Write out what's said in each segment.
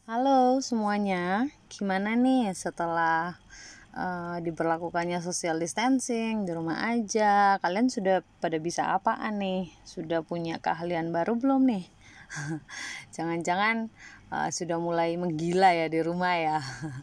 Halo semuanya, gimana nih setelah diberlakukannya social distancing di rumah aja? Kalian sudah pada bisa apaan nih? Sudah punya keahlian baru belum nih? Jangan-jangan sudah mulai menggila ya di rumah ya?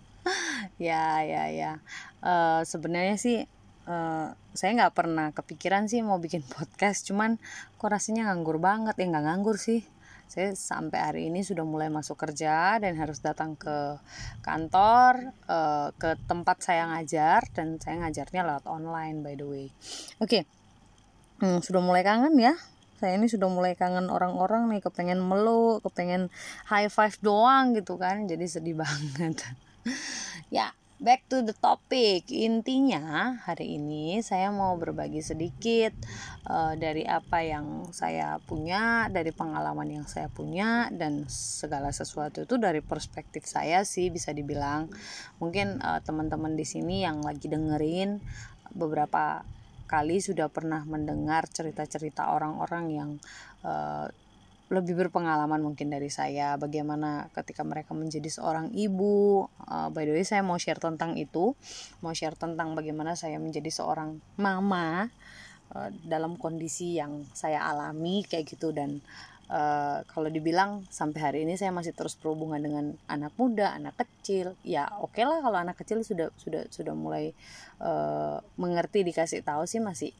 Ya. Sebenarnya sih saya nggak pernah kepikiran sih mau bikin podcast, cuman kok rasanya nganggur banget. Nggak nganggur sih, saya sampai hari ini sudah mulai masuk kerja dan harus datang ke kantor, ke tempat saya ngajar, dan saya ngajarnya lewat online by the way. Oke. Sudah mulai kangen ya. Saya ini sudah mulai kangen orang-orang nih, kepengen meluk, kepengen high five doang gitu kan, jadi sedih banget. Ya, back to the topic. Intinya hari ini saya mau berbagi sedikit dari apa yang saya punya, dari pengalaman yang saya punya, dan segala sesuatu itu dari perspektif saya sih, bisa dibilang. Mungkin teman-teman di sini yang lagi dengerin beberapa kali sudah pernah mendengar cerita-cerita orang-orang yang lebih berpengalaman mungkin dari saya, bagaimana ketika mereka menjadi seorang ibu. By the way, saya mau share tentang itu, mau share tentang bagaimana saya menjadi seorang mama dalam kondisi yang saya alami kayak gitu. Dan kalau dibilang sampai hari ini saya masih terus berhubungan dengan anak muda, anak kecil. Ya oke lah, kalau anak kecil sudah mulai mengerti, dikasih tahu sih masih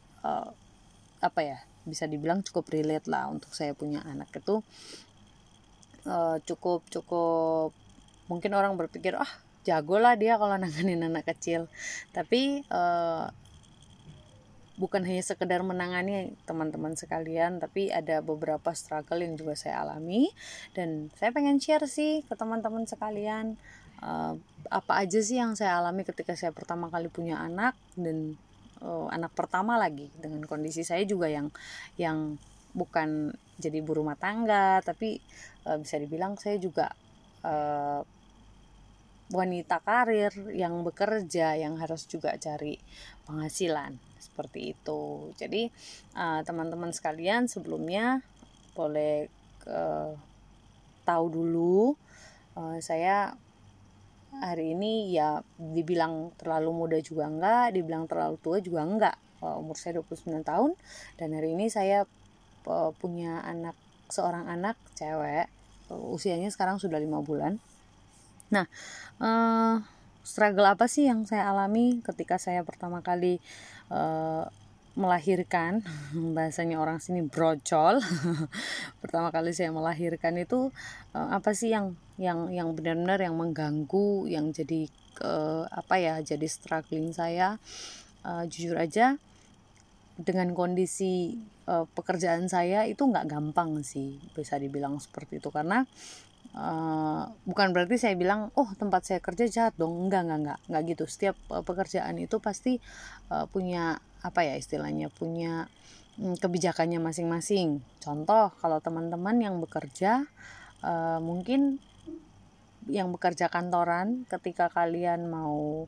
bisa dibilang cukup relate lah. Untuk saya punya anak itu cukup mungkin orang berpikir jago lah dia kalau nanganin anak kecil, tapi bukan hanya sekedar menangani teman-teman sekalian, tapi ada beberapa struggle yang juga saya alami, dan saya pengen share sih ke teman-teman sekalian apa aja sih yang saya alami ketika saya pertama kali punya anak, dan anak pertama lagi dengan kondisi saya juga yang bukan jadi ibu rumah tangga, tapi bisa dibilang saya juga wanita karir yang bekerja, yang harus juga cari penghasilan seperti itu. Jadi teman-teman sekalian, sebelumnya boleh tahu dulu, saya hari ini ya dibilang terlalu muda juga enggak, dibilang terlalu tua juga enggak. Umur saya 29 tahun dan hari ini saya punya seorang anak cewek. Usianya sekarang sudah 5 bulan. Nah, struggle apa sih yang saya alami ketika saya pertama kali melahirkan? Bahasanya orang sini brocol. Pertama kali saya melahirkan itu apa sih yang benar-benar yang mengganggu, yang jadi jadi struggling saya. Jujur aja, dengan kondisi pekerjaan saya itu nggak gampang sih, bisa dibilang seperti itu. Karena bukan berarti saya bilang tempat saya kerja jahat dong, enggak gitu. Setiap pekerjaan itu pasti punya istilahnya punya kebijakannya masing-masing. Contoh, kalau teman-teman yang bekerja mungkin yang bekerja kantoran, ketika kalian mau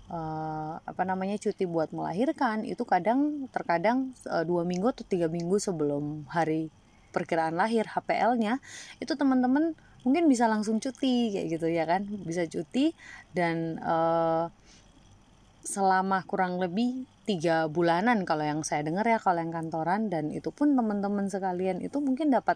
cuti buat melahirkan, itu terkadang 2 minggu atau 3 minggu sebelum hari perkiraan lahir, HPL-nya, itu teman-teman mungkin bisa langsung cuti kayak gitu ya kan, bisa cuti. Dan selama kurang lebih 3 bulanan kalau yang saya dengar ya, kalau yang kantoran. Dan itu pun teman-teman sekalian itu mungkin tetap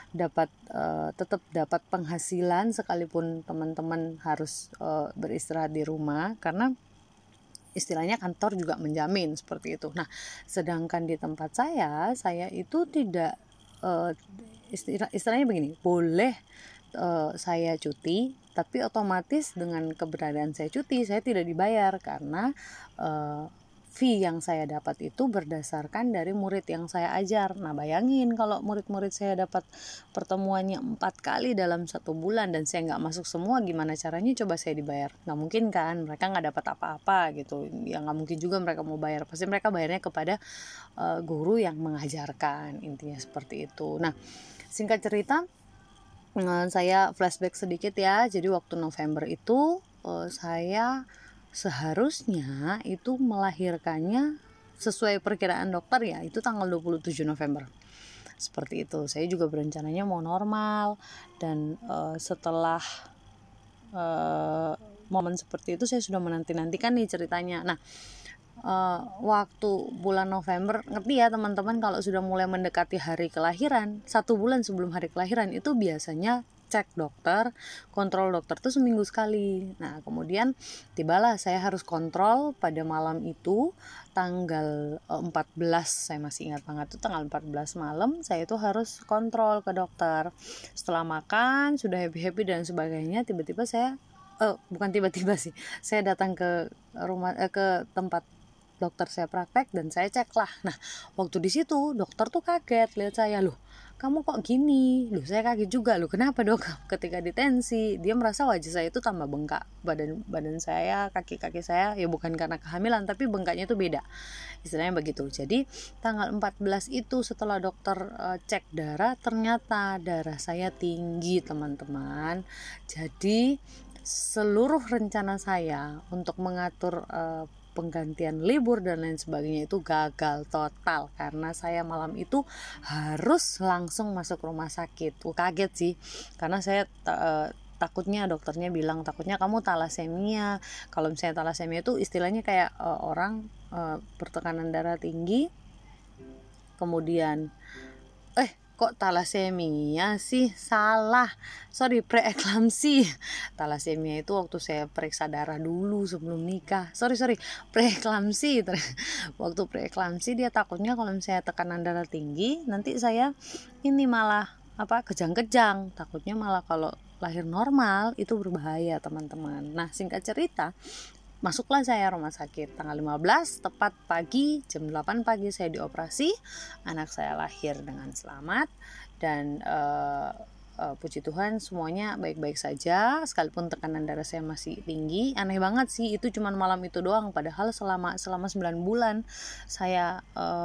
dapat penghasilan sekalipun teman-teman harus beristirahat di rumah, karena istilahnya kantor juga menjamin seperti itu. Nah, sedangkan di tempat saya itu tidak, istilahnya begini, boleh saya cuti, tapi otomatis dengan keberadaan saya cuti, saya tidak dibayar, karena fee yang saya dapat itu berdasarkan dari murid yang saya ajar. Nah, bayangin kalau murid-murid saya dapat pertemuannya 4 kali dalam 1 bulan dan saya nggak masuk semua, gimana caranya coba saya dibayar? Nggak mungkin kan, mereka nggak dapat apa-apa gitu ya. Nggak mungkin juga mereka mau bayar, pasti mereka bayarnya kepada guru yang mengajarkan, intinya seperti itu. Nah, singkat cerita, saya flashback sedikit ya. Jadi waktu November itu saya seharusnya itu melahirkannya sesuai perkiraan dokter ya, itu tanggal 27 November. seperti itu. Saya juga berencananya mau normal, dan setelah momen seperti itu saya sudah menanti-nantikan nih ceritanya. Nah, waktu bulan November, ngerti ya teman-teman, kalau sudah mulai mendekati hari kelahiran, 1 bulan sebelum hari kelahiran itu biasanya cek dokter, kontrol dokter tuh seminggu sekali. Nah, kemudian tibalah saya harus kontrol pada malam itu, tanggal 14, saya masih ingat banget tuh, tanggal 14 malam saya itu harus kontrol ke dokter. Setelah makan sudah happy-happy dan sebagainya, tiba-tiba saya bukan tiba-tiba sih, saya datang ke rumah ke tempat dokter saya praktek dan saya cek lah. Nah, waktu di situ dokter tuh kaget lihat saya, loh kamu kok gini? Loh saya kaget juga, loh kenapa dok? Ketika ditensi dia merasa wajah saya itu tambah bengkak, badan saya, kaki saya, ya bukan karena kehamilan tapi bengkaknya itu beda, istilahnya begitu. Jadi tanggal 14 itu setelah dokter cek darah, ternyata darah saya tinggi teman-teman. Jadi seluruh rencana saya untuk mengatur penggantian libur dan lain sebagainya itu gagal total, karena saya malam itu harus langsung masuk rumah sakit. Kaget sih, karena saya takutnya, dokternya bilang takutnya kamu talasemia. Kalau misalnya talasemia itu istilahnya kayak orang bertekanan darah tinggi, kemudian kok talasemia sih, salah, sorry, preeklamsi. Talasemia itu waktu saya periksa darah dulu sebelum nikah, sorry, preeklamsi. Waktu preeklamsi dia takutnya kalau misalnya tekanan darah tinggi nanti saya ini malah kejang-kejang, takutnya malah kalau lahir normal itu berbahaya teman-teman. Nah, singkat cerita, masuklah saya rumah sakit tanggal 15, tepat pagi, jam 8 pagi saya dioperasi. Anak saya lahir dengan selamat dan puji Tuhan semuanya baik-baik saja, sekalipun tekanan darah saya masih tinggi. Aneh banget sih, itu cuma malam itu doang, padahal selama 9 bulan saya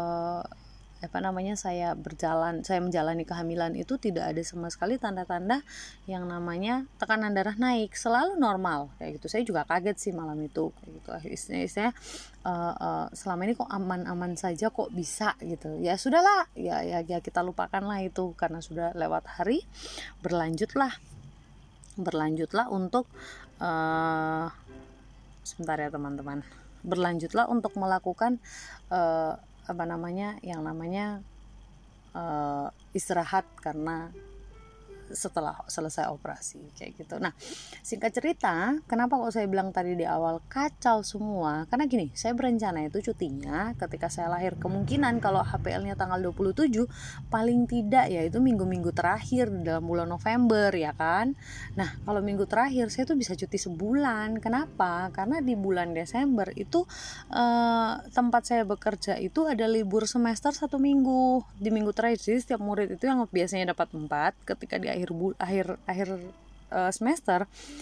saya menjalani kehamilan itu tidak ada sama sekali tanda-tanda yang namanya tekanan darah naik, selalu normal kayak gitu. Saya juga kaget sih malam itu kayak gitu. Istilahnya selama ini kok aman-aman saja, kok bisa gitu. Ya sudahlah, ya kita lupakanlah itu karena sudah lewat hari. Berlanjutlah untuk sebentar ya teman-teman. Berlanjutlah untuk melakukan yang namanya istirahat karena setelah selesai operasi kayak gitu. Nah, singkat cerita, kenapa kok saya bilang tadi di awal kacau semua? Karena gini, saya berencana itu cutinya ketika saya lahir, kemungkinan kalau HPL-nya tanggal 27 paling tidak ya itu minggu-minggu terakhir dalam bulan November ya kan. Nah, kalau minggu terakhir saya tuh bisa cuti sebulan. Kenapa? Karena di bulan Desember itu tempat saya bekerja itu ada libur semester 1 minggu di minggu terakhir. Jadi setiap murid itu yang biasanya dapat 4, ketika di akhir semester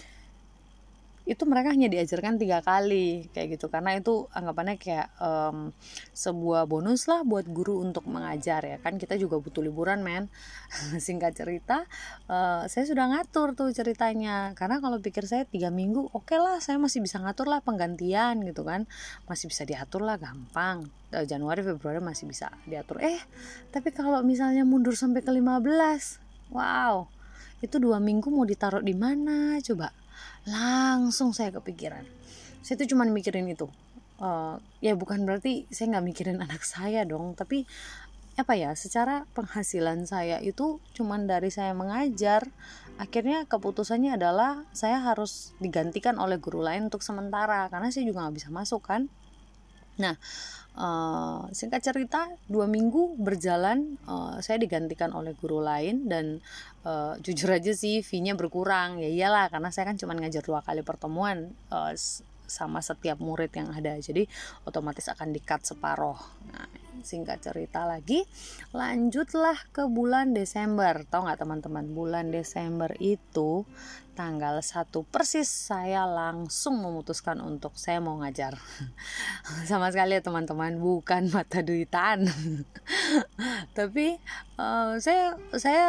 itu mereka hanya diajarkan 3 kali kayak gitu, karena itu anggapannya kayak sebuah bonus lah buat guru untuk mengajar ya kan, kita juga butuh liburan men. Singkat cerita, saya sudah ngatur tuh ceritanya, karena kalau pikir saya 3 minggu oke lah, saya masih bisa ngatur lah penggantian gitu kan, masih bisa diatur lah, gampang. Januari Februari masih bisa diatur. Tapi kalau misalnya mundur sampai ke 15, wow, itu 2 minggu mau ditaruh di mana coba? Langsung saya kepikiran. Saya tuh cuma mikirin itu. Ya bukan berarti saya nggak mikirin anak saya dong, tapi secara penghasilan saya itu cuma dari saya mengajar. Akhirnya keputusannya adalah saya harus digantikan oleh guru lain untuk sementara, karena saya juga nggak bisa masuk kan. Nah, singkat cerita 2 minggu berjalan, saya digantikan oleh guru lain dan jujur aja sih fee-nya berkurang. Ya iyalah, karena saya kan cuma ngajar 2 kali pertemuan sama setiap murid yang ada, jadi otomatis akan di-cut separoh. Nah, singkat cerita lagi, lanjutlah ke bulan Desember. Tahu nggak teman-teman, bulan Desember itu tanggal 1 persis saya langsung memutuskan untuk saya mau ngajar. Sama sekali ya teman-teman, bukan mata duitan. Tapi saya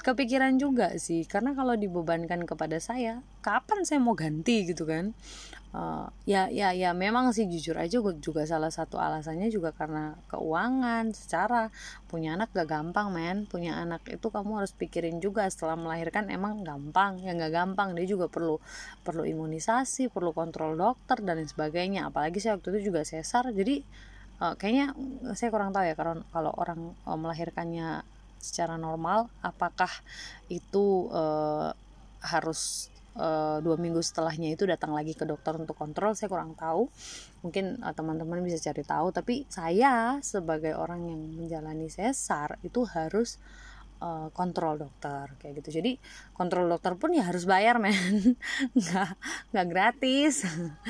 kepikiran juga sih, karena kalau dibebankan kepada saya, kapan saya mau ganti gitu kan. Ya memang sih, jujur aja gue juga salah satu alasannya juga karena keuangan. Secara punya anak gak gampang men, punya anak itu kamu harus pikirin juga setelah melahirkan. Emang gampang ya? Nggak gampang, dia juga perlu imunisasi, perlu kontrol dokter dan lain sebagainya. Apalagi saya waktu itu juga sesar, jadi kayaknya saya kurang tahu ya kalau orang melahirkannya secara normal, apakah itu harus 2 minggu setelahnya itu datang lagi ke dokter untuk kontrol. Saya kurang tahu, mungkin teman-teman bisa cari tahu. Tapi saya sebagai orang yang menjalani sesar itu harus kontrol dokter kayak gitu. Jadi kontrol dokter pun ya harus bayar men, nggak gratis.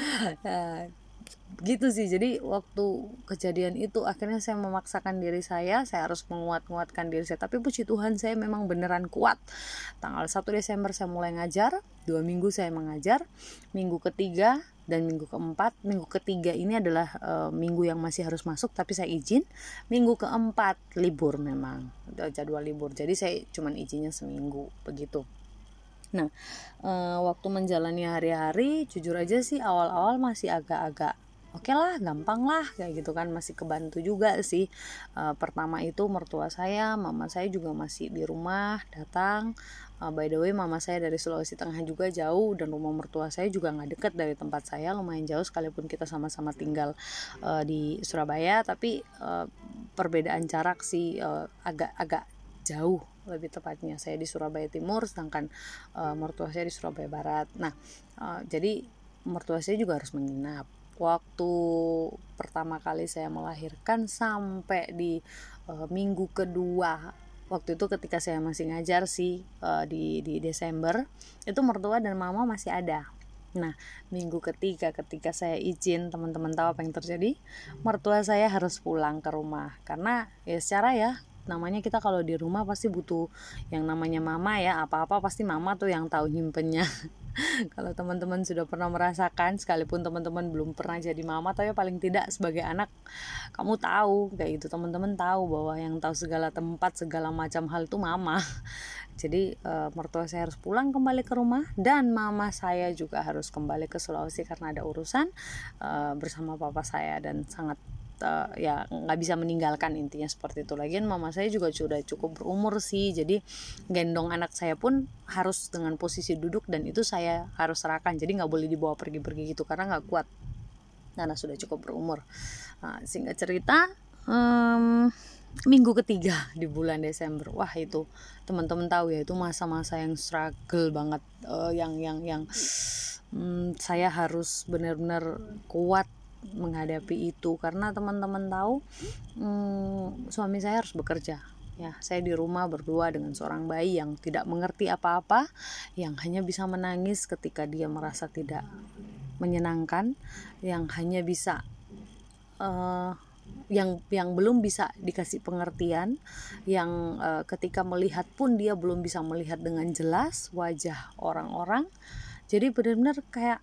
Gitu sih. Jadi waktu kejadian itu akhirnya saya memaksakan diri saya harus menguatkan diri saya. Tapi puji Tuhan saya memang beneran kuat. Tanggal 1 Desember saya mulai ngajar, 2 minggu saya mengajar, minggu ketiga dan minggu keempat. Minggu ketiga ini adalah minggu yang masih harus masuk tapi saya izin. Minggu keempat libur, memang jadwal libur, jadi saya cuman izinnya seminggu begitu. Nah, waktu menjalani hari-hari, jujur aja sih awal-awal masih agak-agak oke lah, gampang lah kayak gitu kan, masih kebantu juga sih. Pertama itu mertua saya, mama saya juga masih di rumah datang. By the way, mama saya dari Sulawesi Tengah juga jauh, dan rumah mertua saya juga nggak dekat dari tempat saya, lumayan jauh sekalipun kita sama-sama tinggal di Surabaya, tapi perbedaan jarak sih agak jauh. Lebih tepatnya saya di Surabaya Timur, sedangkan mertua saya di Surabaya Barat. Nah, jadi mertua saya juga harus menginap. Waktu pertama kali saya melahirkan sampai di minggu kedua, waktu itu ketika saya masih ngajar sih di Desember, itu mertua dan mama masih ada. Nah, minggu ketiga ketika saya izin, teman-teman tahu apa yang terjadi? Mertua saya harus pulang ke rumah, karena ya secara ya namanya kita kalau di rumah pasti butuh yang namanya mama ya, apa-apa pasti mama tuh yang tahu nyimpennya. Kalau teman-teman sudah pernah merasakan, sekalipun teman-teman belum pernah jadi mama, tapi paling tidak sebagai anak kamu tahu kayak gitu, teman-teman tahu bahwa yang tahu segala tempat, segala macam hal itu mama. Jadi mertua saya harus pulang kembali ke rumah, dan mama saya juga harus kembali ke Sulawesi karena ada urusan bersama papa saya, dan sangat ya nggak bisa meninggalkan, intinya seperti itu. Lagian mama saya juga sudah cukup berumur sih, jadi gendong anak saya pun harus dengan posisi duduk, dan itu saya harus serahkan, jadi nggak boleh dibawa pergi-pergi gitu karena nggak kuat, karena sudah cukup berumur. Singkat cerita, minggu ketiga di bulan Desember, wah itu teman-teman tahu ya, itu masa-masa yang struggle banget, yang saya harus benar-benar kuat menghadapi itu, karena teman-teman tahu suami saya harus bekerja ya. Saya di rumah berdua dengan seorang bayi yang tidak mengerti apa-apa, yang hanya bisa menangis ketika dia merasa tidak menyenangkan, yang hanya bisa yang belum bisa dikasih pengertian, yang ketika melihat pun dia belum bisa melihat dengan jelas wajah orang-orang. Jadi benar-benar kayak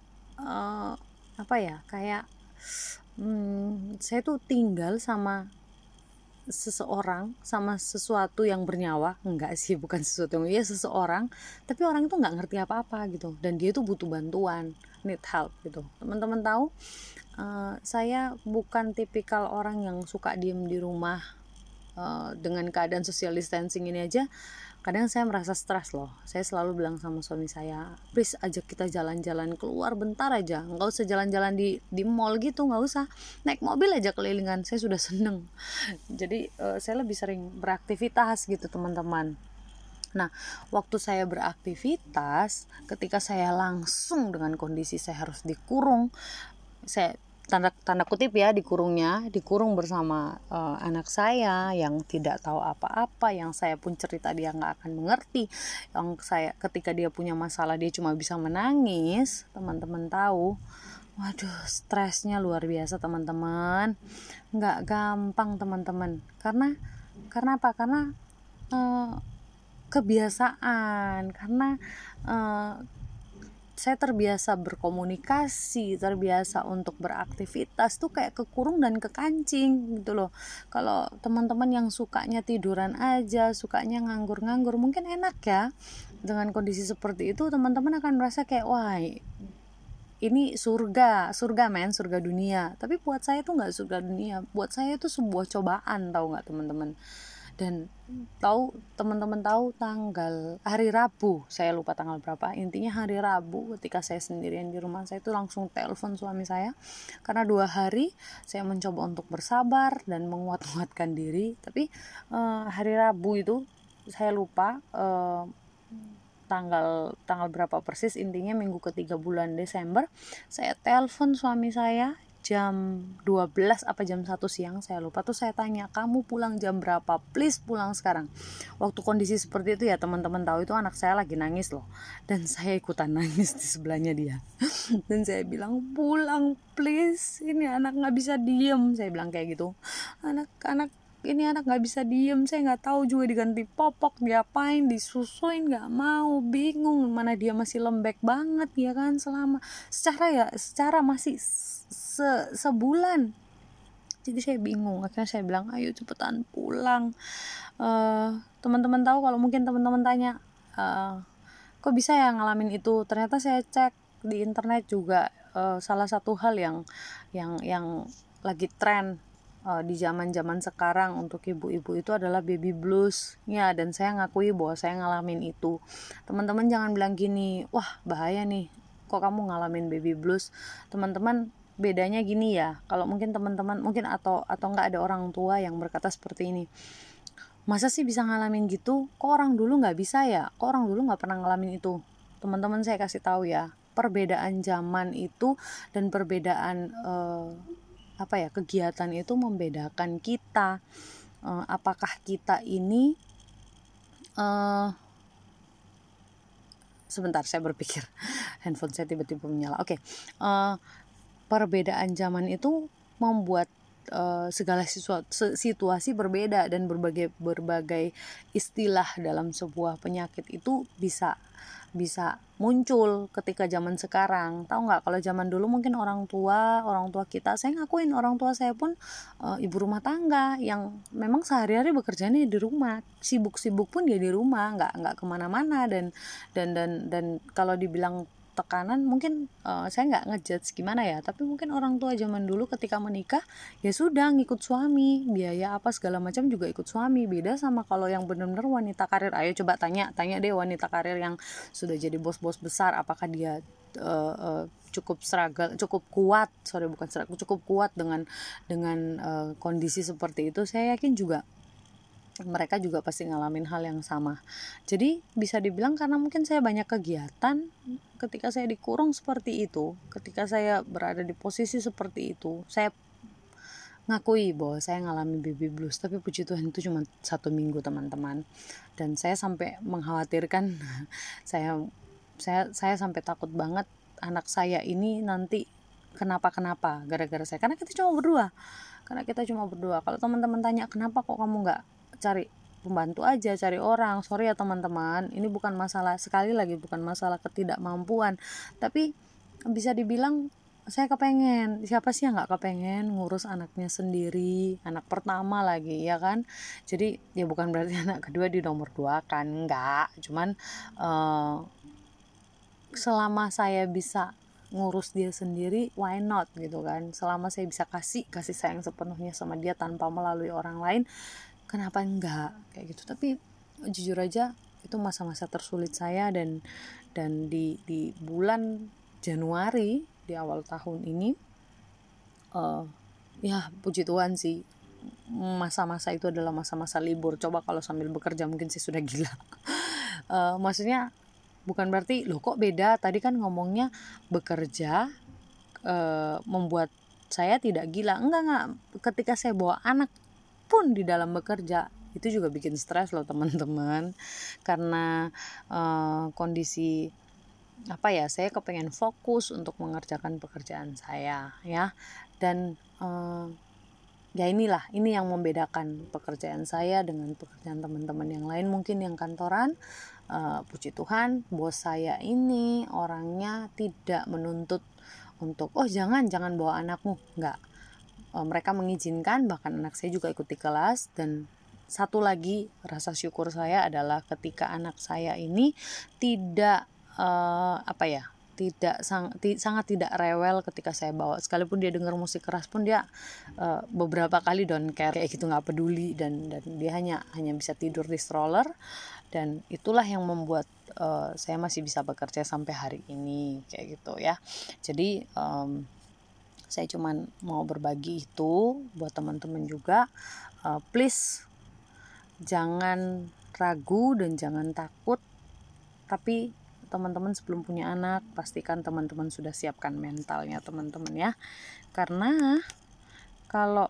kayak saya tuh tinggal sama seseorang, sama sesuatu yang bernyawa. Enggak sih, bukan sesuatu yang, ya seseorang, tapi orang itu nggak ngerti apa-apa gitu, dan dia tuh butuh bantuan, need help gitu. Teman-teman tahu, saya bukan tipikal orang yang suka diem di rumah. Dengan keadaan social distancing ini aja kadang saya merasa stres loh. Saya selalu bilang sama suami saya, please ajak kita jalan-jalan keluar bentar aja, nggak usah jalan-jalan di mall gitu, nggak usah, naik mobil aja kelilingan, saya sudah seneng. Jadi saya lebih sering beraktivitas gitu teman-teman. Nah, waktu saya beraktivitas, ketika saya langsung dengan kondisi saya harus dikurung, saya tanda kutip ya, dikurung bersama anak saya yang tidak tahu apa-apa, yang saya pun cerita dia nggak akan mengerti, yang saya ketika dia punya masalah dia cuma bisa menangis. Teman-teman tahu, waduh, stresnya luar biasa teman-teman, nggak gampang teman-teman, karena apa? Karena kebiasaan, karena saya terbiasa berkomunikasi, terbiasa untuk beraktivitas tuh kayak kekurung dan kekancing gitu loh. Kalau teman-teman yang sukanya tiduran aja, sukanya nganggur-nganggur, mungkin enak ya. Dengan kondisi seperti itu teman-teman akan merasa kayak wah ini surga surga dunia. Tapi buat saya tuh nggak surga dunia, buat saya itu sebuah cobaan, tahu nggak teman-teman. Dan teman-teman tahu tanggal hari Rabu, saya lupa tanggal berapa, intinya hari Rabu ketika saya sendirian di rumah, saya itu langsung telepon suami saya karena 2 hari saya mencoba untuk bersabar dan menguat-nguatkan diri, tapi hari Rabu itu saya lupa tanggal berapa persis, intinya minggu ketiga bulan Desember, saya telepon suami saya jam 12 apa jam 1 siang, saya lupa. Tuh saya tanya, kamu pulang jam berapa, please pulang sekarang. Waktu kondisi seperti itu ya teman-teman tahu, itu anak saya lagi nangis loh, dan saya ikutan nangis di sebelahnya dia. Dan saya bilang, pulang please, ini anak gak bisa diem, saya bilang kayak gitu. Ini anak nggak bisa diem, saya nggak tahu juga diganti popok, diapain, disusuin nggak mau, bingung, mana dia masih lembek banget ya kan, secara masih sebulan. Jadi saya bingung, akhirnya saya bilang ayo cepetan pulang. Teman-teman tahu, kalau mungkin teman-teman tanya kok bisa ya ngalamin itu, ternyata saya cek di internet juga, salah satu hal yang lagi tren di zaman sekarang untuk ibu-ibu itu adalah baby blues ya, dan saya ngakui bahwa saya ngalamin itu. Teman-teman jangan bilang gini, wah bahaya nih kok kamu ngalamin baby blues. Teman-teman, bedanya gini ya, kalau mungkin teman-teman mungkin atau enggak ada orang tua yang berkata seperti ini, masa sih bisa ngalamin gitu, kok orang dulu nggak bisa ya, kok orang dulu nggak pernah ngalamin itu. Teman-teman, saya kasih tahu ya, perbedaan zaman itu dan perbedaan kegiatan itu membedakan kita. Apakah kita ini sebentar saya berpikir, handphone saya tiba-tiba menyala. Perbedaan zaman itu membuat segala situasi berbeda, dan berbagai istilah dalam sebuah penyakit itu bisa muncul ketika zaman sekarang. Tahu nggak, kalau zaman dulu mungkin orang tua kita, saya ngakuin orang tua saya pun ibu rumah tangga yang memang sehari-hari bekerjanya di rumah, sibuk pun dia di rumah, nggak kemana-mana, dan kalau dibilang tekanan mungkin saya nggak ngejudge gimana ya, tapi mungkin orang tua zaman dulu ketika menikah ya sudah ngikut suami, biaya apa segala macam juga ikut suami. Beda sama kalau yang benar-benar wanita karir. Ayo coba tanya deh wanita karir yang sudah jadi bos-bos besar, apakah dia cukup kuat dengan kondisi seperti itu. Saya yakin juga mereka juga pasti ngalamin hal yang sama. Jadi bisa dibilang karena mungkin saya banyak kegiatan ketika saya dikurung seperti itu, ketika saya berada di posisi seperti itu, saya ngakui bahwa saya ngalamin baby blues. Tapi puji Tuhan itu cuma 1 minggu teman-teman, dan saya sampai mengkhawatirkan saya sampai takut banget anak saya ini nanti kenapa gara-gara saya, karena kita cuma berdua. Kalau teman-teman tanya kenapa kok kamu nggak cari pembantu aja, cari orang, sorry ya teman-teman, ini bukan masalah ketidakmampuan, tapi bisa dibilang saya kepengen, siapa sih yang nggak kepengen ngurus anaknya sendiri, anak pertama lagi ya kan. Jadi ya bukan berarti anak kedua di nomor 2 kan, enggak, cuman selama saya bisa ngurus dia sendiri, why not gitu kan. Selama saya bisa kasih sayang sepenuhnya sama dia tanpa melalui orang lain, kenapa enggak kayak gitu. Tapi jujur aja itu masa-masa tersulit saya, dan di bulan Januari di awal tahun ini ya puji Tuhan sih, masa-masa itu adalah masa-masa libur. Coba kalau sambil bekerja mungkin saya sudah gila. Maksudnya bukan berarti loh kok beda, tadi kan ngomongnya bekerja membuat saya tidak gila. Enggak, ketika saya bawa anak pun di dalam bekerja itu juga bikin stres loh teman-teman, karena kondisi saya kepengen fokus untuk mengerjakan pekerjaan saya ya, dan ya ini yang membedakan pekerjaan saya dengan pekerjaan teman-teman yang lain mungkin yang kantoran. Puji Tuhan bos saya ini orangnya tidak menuntut untuk jangan bawa anakmu, enggak. Mereka mengizinkan, bahkan anak saya juga ikut di kelas. Dan satu lagi rasa syukur saya adalah ketika anak saya ini tidak sangat tidak rewel ketika saya bawa, sekalipun dia dengar musik keras pun dia beberapa kali don't care kayak gitu, nggak peduli, dan dia hanya bisa tidur di stroller. Dan itulah yang membuat saya masih bisa bekerja sampai hari ini kayak gitu ya. Jadi saya cuman mau berbagi itu buat teman-teman juga. Please jangan ragu dan jangan takut, tapi teman-teman sebelum punya anak pastikan teman-teman sudah siapkan mentalnya teman-teman ya. Karena kalau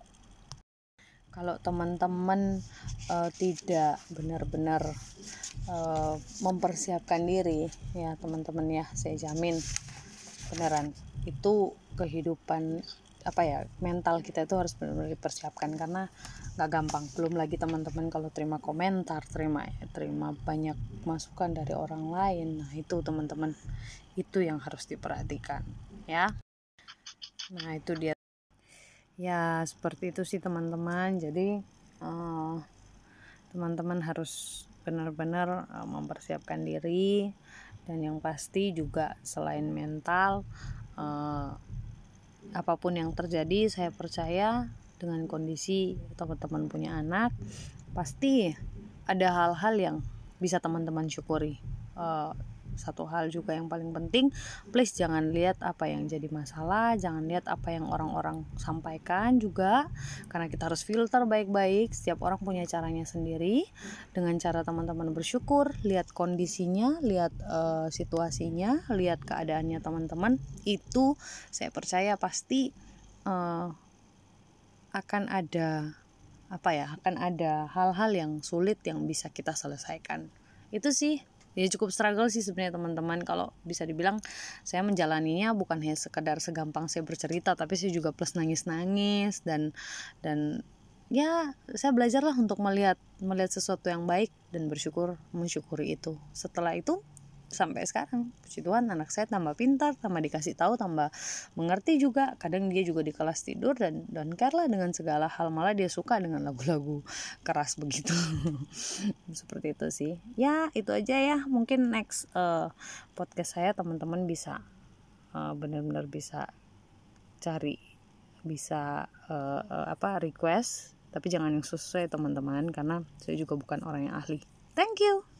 teman-teman tidak benar-benar mempersiapkan diri ya teman-teman ya, saya jamin beneran itu kehidupan mental kita itu harus benar-benar dipersiapkan, karena nggak gampang. Belum lagi teman-teman kalau terima komentar, terima banyak masukan dari orang lain, nah itu teman-teman itu yang harus diperhatikan ya. Nah itu dia ya, seperti itu sih teman-teman. Jadi teman-teman harus benar-benar mempersiapkan diri, dan yang pasti juga selain mental, apapun yang terjadi, saya percaya dengan kondisi teman-teman punya anak pasti ada hal-hal yang bisa teman-teman syukuri. Satu hal juga yang paling penting, please jangan lihat apa yang jadi masalah, jangan lihat apa yang orang-orang sampaikan juga, karena kita harus filter baik-baik. Setiap orang punya caranya sendiri. Dengan cara teman-teman bersyukur, lihat kondisinya, lihat situasinya, lihat keadaannya teman-teman, itu saya percaya pasti akan ada hal-hal yang sulit yang bisa kita selesaikan. Itu sih ya, cukup struggle sih sebenarnya teman-teman. Kalau bisa dibilang saya menjalaninya bukan hanya sekedar segampang saya bercerita, tapi saya juga plus nangis-nangis dan ya saya belajarlah untuk melihat sesuatu yang baik dan mensyukuri itu. Setelah itu sampai sekarang puji Tuhan anak saya tambah pintar, tambah dikasih tahu, tambah mengerti juga. Kadang dia juga di kelas tidur dan don't care lah dengan segala hal, malah dia suka dengan lagu-lagu keras begitu. Seperti itu sih ya. Itu aja ya, mungkin next podcast saya teman-teman bisa benar-benar bisa cari, bisa request, tapi jangan yang sesuai teman-teman, karena saya juga bukan orang yang ahli. Thank you.